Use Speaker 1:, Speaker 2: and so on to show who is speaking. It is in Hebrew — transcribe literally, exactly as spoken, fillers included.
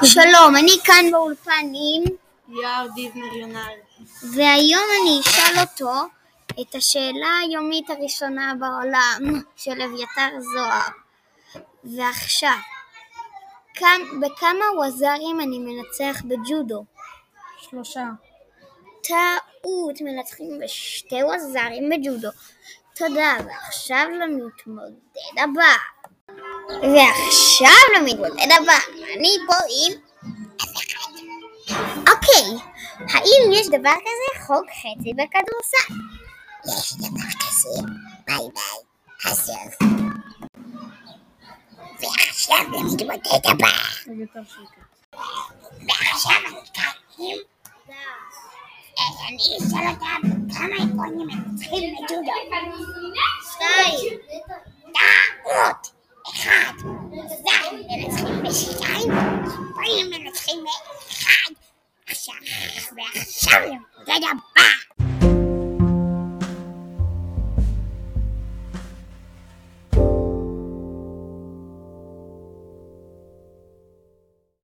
Speaker 1: שלום, אני כאן באולפן עם
Speaker 2: יער דיבנר יונל,
Speaker 1: והיום אני אשאל אותו את השאלה היומית הראשונה בעולם של אביתר זוהר. ועכשיו, כמה, בכמה ווזרים אני מנצח בג'ודו?
Speaker 2: שלושה.
Speaker 1: טעות, מנצחים בשתי ווזרים בג'ודו. תודה, ועכשיו למתמודד הבא. ועכשיו למתמודד הבא, אני פה עם אוקיי, האם יש דבר כזה חוק חצי בכדורסל? יש דבר כזה, ביי ביי, הסוף. ועכשיו למתמודד הבא. ועכשיו אני כאן עם אני אשאל אותם כמה עקרונים מנצחים בג'ודו. שתיים. טעות. אחד. ווזרים מנצחים בשתיים, עקרונים מנצחים באחד. עכשיו, ועכשיו למתמודד הבא.